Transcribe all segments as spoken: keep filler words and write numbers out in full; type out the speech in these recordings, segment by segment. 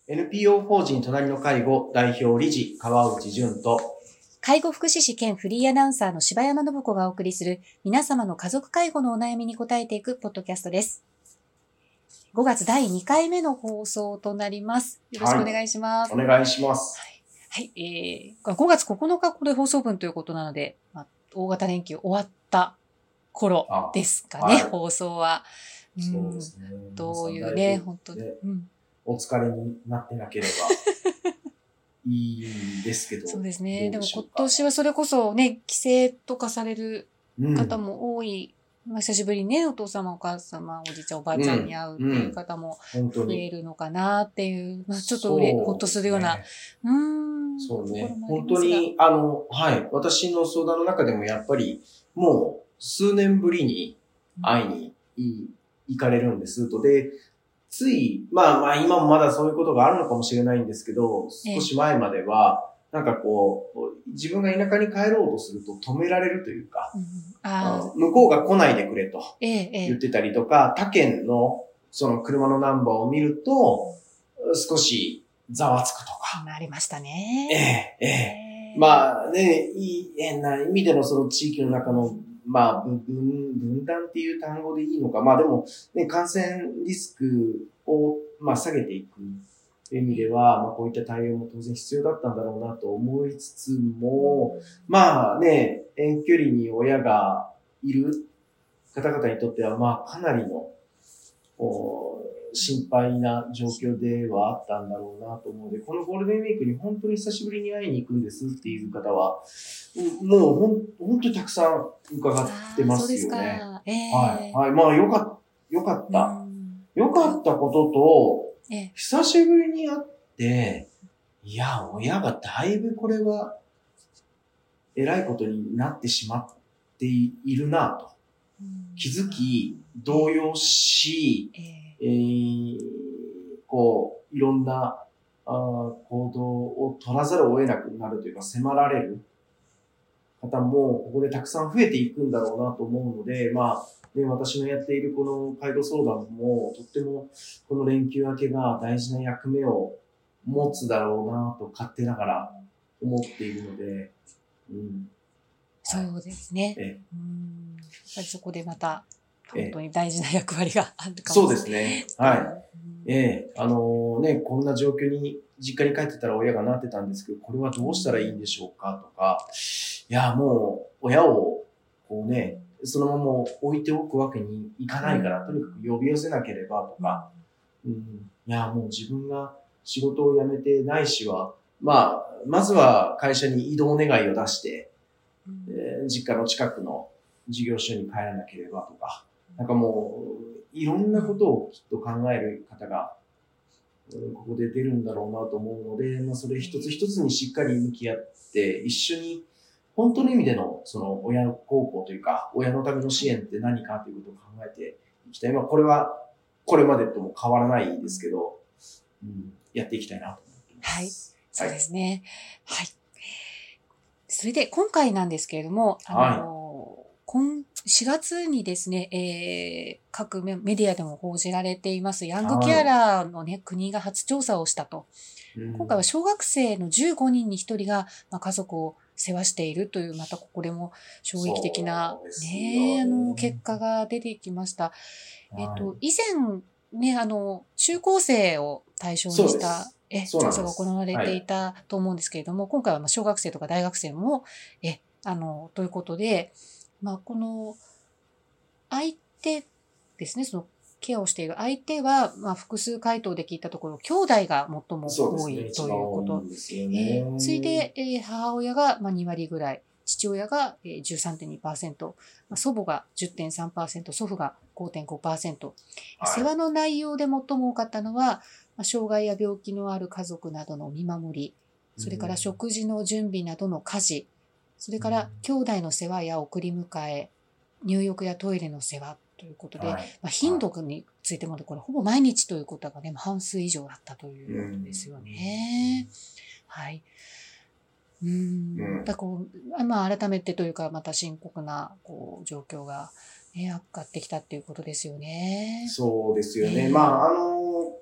エヌピーオー 法人隣の介護代表理事川内淳と介護福祉士兼フリーアナウンサーの柴山信子がお送りする皆様の家族介護のお悩みに答えていくポッドキャストです。ごがつだいにかいめの放送となります。よろしくお願いします。 はい、お願いします。 はい、はい、えー、ごがつここのかこれ放送分ということなので、まあ、大型連休終わった頃ですかね、はい、放送は。 うん、そうですね。 どういうね、本当に、うん。 お疲れになってなければいいんですけど。 そうですね。でも今年はそれこそね、帰省とかされる方も多い。うん、まあ、久しぶりにね、お父様、お母様、おじいちゃん、おばあちゃんに会うっていう方も増えるのかなっていう、うん、まあ、ちょっとうれ、ほっとするような。うーん。 そうね。本当に、あの、はい。私の相談の中でもやっぱり、もう数年ぶりに会いに行かれるんですと。で、つい、まあまあ今もまだそういうことがあるのかもしれないんですけど、少し前までは、なんかこう、自分が田舎に帰ろうとすると止められるというか、うん、あ向こうが来ないでくれと言ってたりとか、他県のその車のナンバーを見ると、少しざわつくとか。 ありましたね。 ええ、ええ。まあね、いい、変な意味でのその地域の中のまあ、分、分断っていう単語でいいのか。まあでも、ね、感染リスクを、まあ下げていくという意味では、まあこういった対応も当然必要だったんだろうなと思いつつも、まあね、遠距離に親がいる方々にとっては、まあかなりの、心配な状況ではあったんだろうなと思うので、このゴールデンウィークに本当に久しぶりに会いに行くんですっていう方は、もうほん本当にたくさん伺ってますよね。 えー、 はい。はい。まあよかった。よかった。よかったことと、えー、久しぶりに会って、いや、親がだいぶこれは、偉いことになってしまっているなと。気づき、動揺し、えーえー、こう、いろんなあ行動を取らざるを得なくなるというか、迫られる方も、ここでたくさん増えていくんだろうなと思うので、まあ、ね、私のやっているこの介護相談も、とってもこの連休明けが大事な役目を持つだろうなと勝手ながら思っているので、うん、 そうですね。ええ、うんやっぱりそこでまた、本当に大事な役割があるかもしれない。 そうですね。はい。ええ、あのー、ね、こんな状況に、実家に帰ってたら親がなってたんですけど、これはどうしたらいいんでしょうかとか、いや、もう、親を、こうね、そのまま置いておくわけにいかないから、とにかく呼び寄せなければとか、うん、いや、もう自分が仕事を辞めてないしは、まあ、まずは会社に異動願いを出して、えー、実家の近くの事業所に帰らなければとか、なんかもう、いろんなことをきっと考える方が、ここで出るんだろうなと思うので、まあ、それ一つ一つにしっかり向き合って、一緒に、本当の意味での、その、親孝行というか、親のための支援って何かということを考えていきたい。まあ、これは、これまでとも変わらないですけど、うん、やっていきたいなと思っています。 はい。そうですね。はい。はい、それで、今回なんですけれども、あの、はい、今、しがつにですね、えー、各メディアでも報じられています、ヤングケアラーのね、国が初調査をしたと。今回は小学生のじゅうごにんにひとりが、まあ、家族を世話しているという、またここでも衝撃的な、ね、あの、結果が出てきました。えっと、以前、ね、あの、中高生を対象にした、え、調査が行われていたと思うんですけれども、はい、今回はまあ小学生とか大学生も、え、あの、ということで、まあ、この、相手ですね、その、ケアをしている相手は、まあ、複数回答で聞いたところ、兄弟が最も多いということ。えー、次いで、えー、母親がまあにわりぐらい、父親が じゅうさんてんにパーセント、まあ、祖母が じゅってんさんパーセント、祖父が ごてんごパーセント、はい、世話の内容で最も多かったのは、まあ、障害や病気のある家族などの見守り、それから食事の準備などの家事、それから兄弟の世話や送り迎え、入浴やトイレの世話ということで、はい、まあ、頻度についてもこれほぼ毎日ということがね、半数以上だったということですよね。はい。うん。だこう、まあ改めてというか、また深刻なこう状況が、ね、悪化ってきたっていうことですよね。 そうですよね。えー、まああの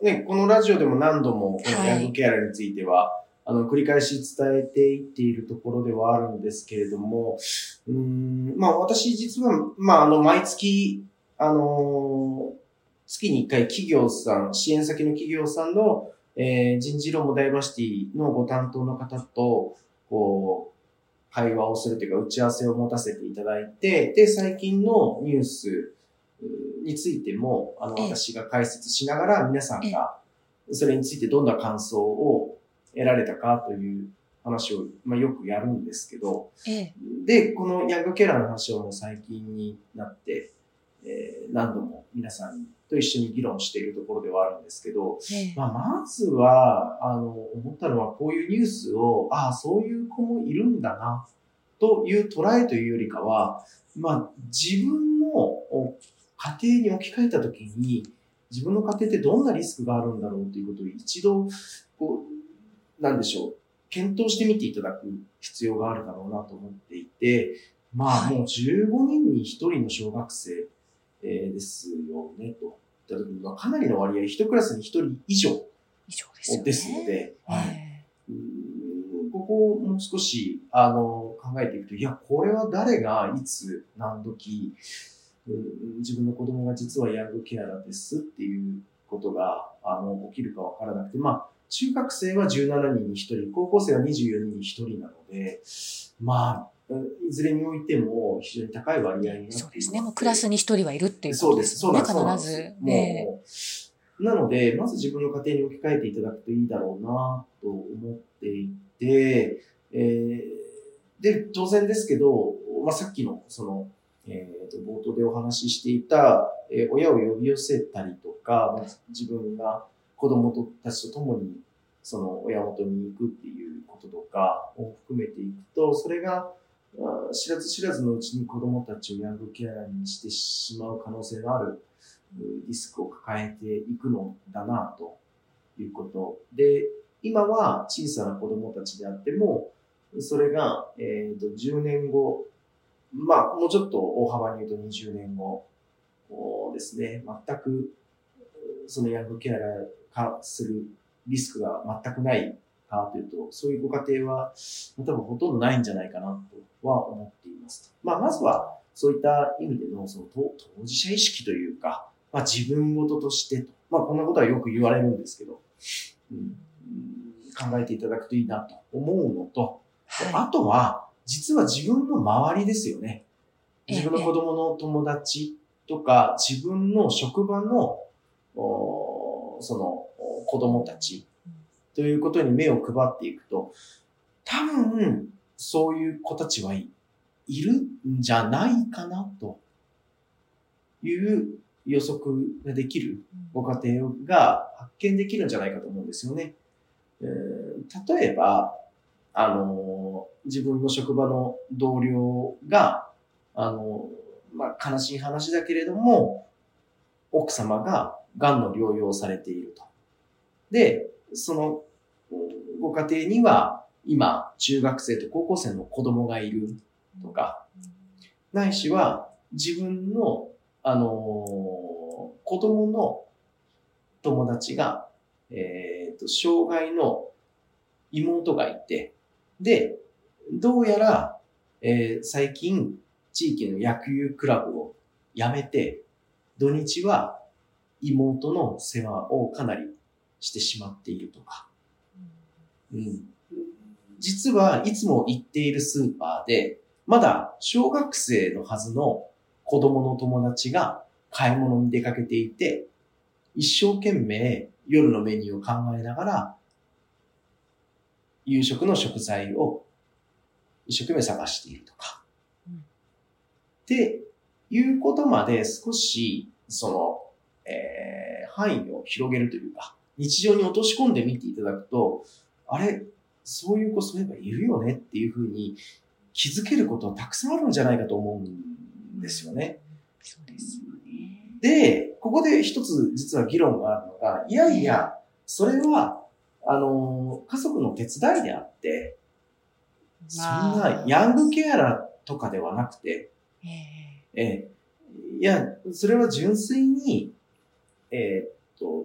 ね、このラジオでも何度も、このはいヤングケアラーについては、あの、繰り返し伝えていっているところではあるんですけれども、うーん、まあ私実は、まああの、毎月、あのー月にいっかい企業さん、支援先の企業さんの、えー、人事労務ダイバーシティのご担当の方と、こう、会話をするというか、打ち合わせを持たせていただいて、で、最近のニュースについても、あの、 ええ私が解説しながら、皆さんが、それについてどんな感想を得られたかという話を、まあ、よくやるんですけど、 ええ、 で、このヤングケアラーの話をもう最近になって、えー、何度も皆さんと一緒に議論しているところではあるんですけど、 ええ、 まあ、まずは、あの、思ったのはこういうニュースを、ああ、そういう子もいるんだな、という捉えというよりかは、まあ、自分の家庭に置き換えたときに、自分の家庭ってどんなリスクがあるんだろうということを一度、こう、なんでしょう、検討してみていただく必要があるだろうなと思っていて、まあもうじゅうごにんにひとりの小学生、えー、ですよね、といったときにはかなりの割合、一クラスにひとり以上以上ですよね。 ですので、はいえうーんここをもう少しあの考えていくと、いや、これは誰がいつ何時、うん自分の子供が実はヤングケアラーですっていうことがあの起きるかわからなくて、まあ中学生はじゅうしちにんにひとり、高校生はにじゅうよにんにひとりなので、まあ、いずれにおいても非常に高い割合になっています。 そうですね。もうクラスに一人はいるっていうそうで、 ことですすそうね。 なんです。 必ず。 もう、 えもうなので、まず自分の家庭に置き換えていただくといいだろうなと思っていて、えー、で、当然ですけど、まあ、さっきの、その、えー、と冒頭でお話ししていた、えー親を呼び寄せたりとか、まあ自分が子供たちと共にその親元に行くっていうこととかを含めていくと、それがまあ知らず知らずのうちに子供たちをヤングケアラーにしてしまう可能性のあるうリスクを抱えていくのだなということで、今は小さな子供たちであっても、それが、えー、とじゅうねんご、まあもうちょっと大幅に言うとにじゅうねんごですね、全くそのヤングケアラー化するリスクが全くないかというと、そういうご家庭は多分ほとんどないんじゃないかなとは思っています。まあ、まずはそういった意味でのその当事者意識というか、まあ、自分事としてと、まあ、こんなことはよく言われるんですけど、うん、考えていただくといいなと思うのと、 はいあとは実は自分の周りですよね。 ええ自分の子供の友達とか、自分の職場のおその子供たちということに目を配っていくと、多分そういう子たちはいいるんじゃないかなという予測ができるご家庭が発見できるんじゃないかと思うんですよね。えー、例えば、あのー、自分の職場の同僚が、あのー、まあ、悲しい話だけれども、奥様が癌の療養をされていると。で、そのご家庭には今、中学生と高校生の子供がいるとか、ないしは自分の、あのー、子供の友達が、えっと、障害の妹がいて、で、どうやら、えー、最近、地域の野球クラブを辞めて、土日は妹の世話をかなりしてしまっているとか、うん、実はいつも行っているスーパーで、まだ小学生のはずの子供の友達が買い物に出かけていて、一生懸命夜のメニューを考えながら、夕食の食材を一生懸命探しているとか。うん、っていうことまで少し、その、えー、範囲を広げるというか、日常に落とし込んでみていただくと、あれ、そういう子そういえばいるよねっていうふうに気づけることはたくさんあるんじゃないかと思うんですよね。 そうですよね。 で、ここで一つ実は議論があるのが、いやいや、それは、あの、家族の手伝いであって、そんなヤングケアラーとかではなくて、ええ、いや、それは純粋に、えー、っと、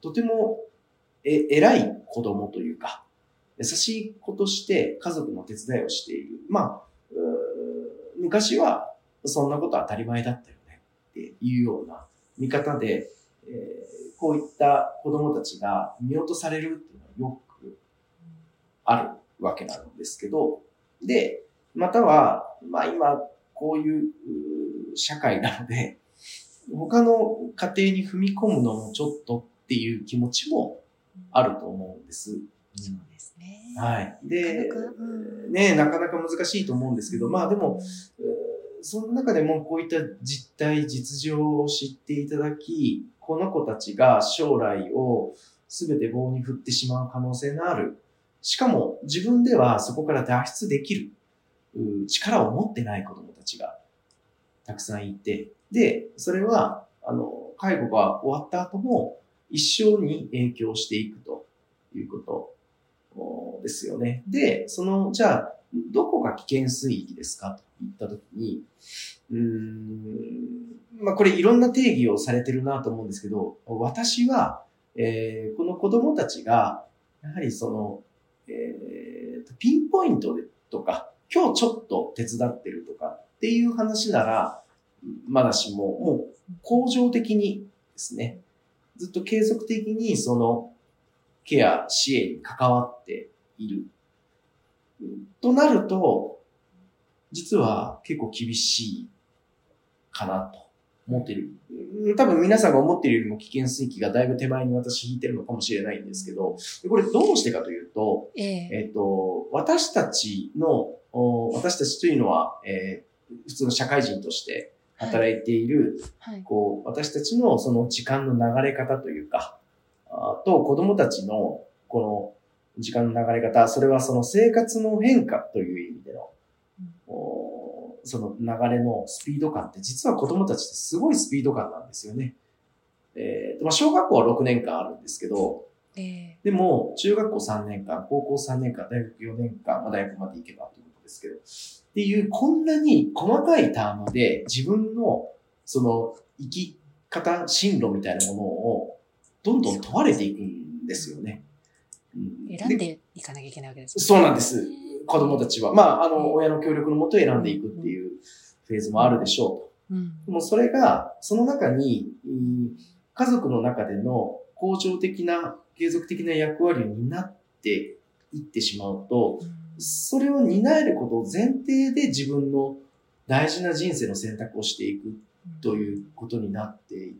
とてもえ偉い子供というか、優しい子として家族の手伝いをしている。まあ、昔はそんなこと当たり前だったよねっていうような見方で、えー、こういった子供たちが見落とされるっていうのはよくあるわけなんですけど、で、または、まあ今こういう社会なので、他の家庭に踏み込むのもちょっとっていう気持ちもあると思うんです。 そうですね。 はい。で、 なかなか、うん、 ね、なかなか難しいと思うんですけど、まあでも、その中でもこういった実態、実情を知っていただき、この子たちが将来を全て棒に振ってしまう可能性のある。しかも自分ではそこから脱出できる力を持ってない子供たちがたくさんいて、で、それは、あの、介護が終わった後も一生に影響していくということですよね。で、その、じゃあ、どこが危険水域ですかと言ったときに、うーん、まあ、これいろんな定義をされてるなと思うんですけど、私は、えー、この子供たちが、やはりその、えー、ピンポイントでとか、今日ちょっと手伝ってるとかっていう話なら、まだしも、もう、恒常的にですね、ずっと継続的にそのケア、支援に関わっている。となると、実は結構厳しいかなと思っている。多分皆さんが思っているよりも危険水域がだいぶ手前に私引いてるのかもしれないんですけど、これどうしてかというと、えー、えーと、私たちの、私たちというのは、えー、普通の社会人として働いている、はいはい、こう私たちのその時間の流れ方というか、あと子供たちのこの時間の流れ方、それはその生活の変化という意味での、うん、その流れのスピード感って実は子供たちってすごいスピード感なんですよね。えーまあ、小学校はろくねんかんあるんですけど、えー、でも中学校さんねんかん、高校さんねんかん、大学よねんかん、まあ、大学まで行けばということですけど、っていうこんなに細かいタームで自分のその生き方、進路みたいなものをどんどん問われていくんですよね。 うん、選んでいかなきゃいけないわけですね。 そうなんです。子供たちは。まあ、あの、親の協力のもと選んでいくっていうフェーズもあるでしょうと。うん、でもそれが、その中に、家族の中での恒常的な、継続的な役割を担っていってしまうと、うん、それを担えることを前提で自分の大事な人生の選択をしていくということになっていって、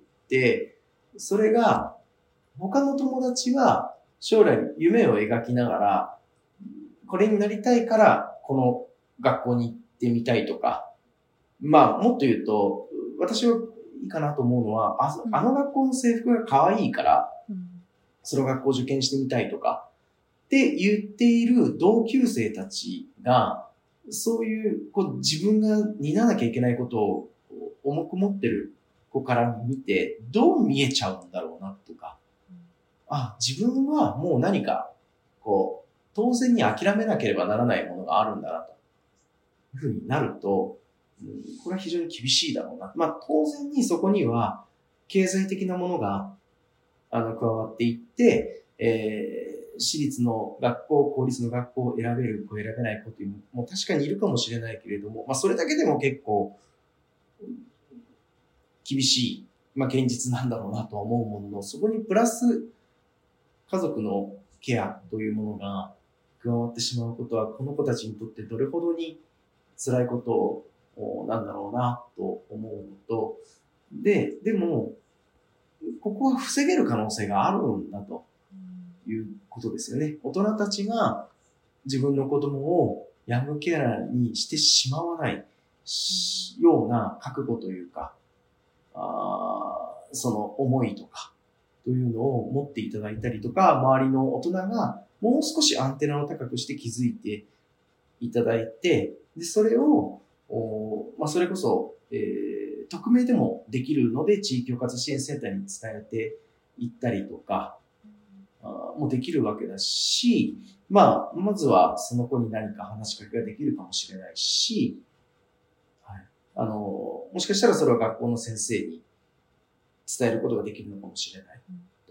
それが、他の友達は将来夢を描きながら、これになりたいからこの学校に行ってみたいとか、まあもっと言うと、私はいいかなと思うのは、あ, あの学校の制服が可愛いから、その学校を受験してみたいとかって言っている同級生たちが、そういうこう自分が担わなきゃいけないことを重く持ってる子から見て、どう見えちゃうんだろうなとか、あ、自分はもう何か、こう、当然に諦めなければならないものがあるんだな、というふうになると、うん、これは非常に厳しいだろうな。まあ、当然にそこには、経済的なものが、あの、加わっていって、えー、私立の学校、公立の学校を選べる子、選べない子というのも確かにいるかもしれないけれども、まあ、それだけでも結構、厳しい、まあ、現実なんだろうなとは思うものの、そこにプラス、家族のケアというものが加わってしまうことは、この子たちにとってどれほどに辛いことなんだろうなと思うのと、で、でも、ここは防げる可能性があるんだということですよね。大人たちが自分の子供をヤングケアラーにしてしまわないような覚悟というか、あその思いとか、というのを持っていただいたりとか、周りの大人がもう少しアンテナを高くして気づいていただいて、でそれを、まあ、それこそ、えー、匿名でもできるので、地域包括支援センターに伝えていったりとか、あもできるわけだし、まあ、まずはその子に何か話しかけができるかもしれないし、はい、あの、もしかしたらそれは学校の先生に伝えることができるのかもしれないと。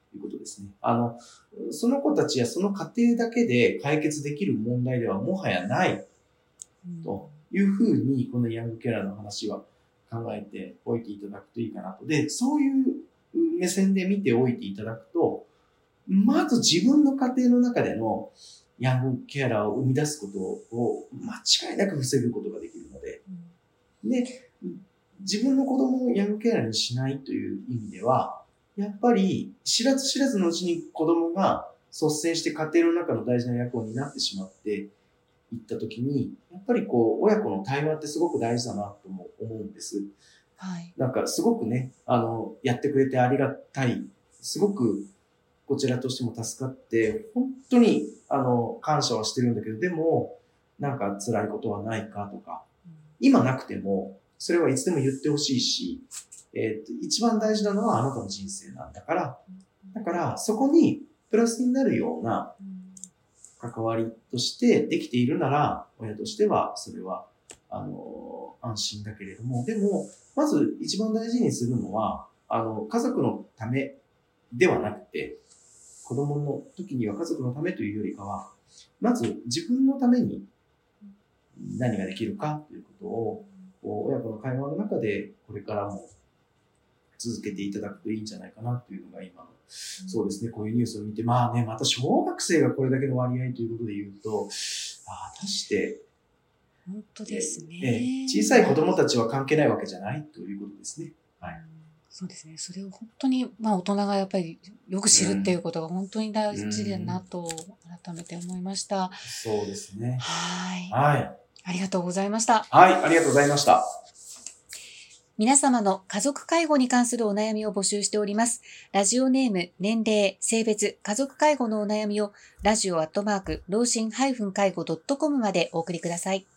いうことですね。あの、その子たちやその家庭だけで解決できる問題ではもはやないというふうに、このヤングケアラーの話は考えておいていただくといいかなと。で、そういう目線で見ておいていただくと、まず自分の家庭の中でのヤングケアラーを生み出すことを間違いなく防ぐことができるので、で、自分の子供をヤングケアラーにしないという意味では、やっぱり知らず知らずのうちに子供が率先して家庭の中の大事な役を担ってしまっていったときに、やっぱりこう、親子の対話ってすごく大事だなとも思うんです。 はい。 なんかすごくね、あの、やってくれてありがたい。すごくこちらとしても助かって、本当に、あの、感謝はしてるんだけど、でも、なんか辛いことはないかとか、今なくても、それはいつでも言ってほしいし、えっと、一番大事なのはあなたの人生なんだから、だからそこにプラスになるような関わりとしてできているなら、親としてはそれは、あの、安心だけれども、でも、まず一番大事にするのは、あの、家族のためではなくて、子供の時には家族のためというよりかは、まず自分のために何ができるかということを、親子の会話の中でこれからも続けていただくといいんじゃないかなというのが今の、そうですね、こういうニュースを見て、まあね、また小学生がこれだけの割合ということで言うと、ああ、果して、 本当ですね、 ええ、小さい子供たちは関係ないわけじゃないということですね。はい。 そうですね。それを本当に、まあ大人がやっぱりよく知るっていうことが本当に大事だなと改めて思いました。 そうですね。 はい。 はい。 ありがとうございました。 はい、ありがとうございました。 皆様の家族介護に関するお悩みを募集しております。ラジオネーム、年齢、性別、家族介護のお悩みをラジオアットマーク、老人介護ドットコムまでお送りください。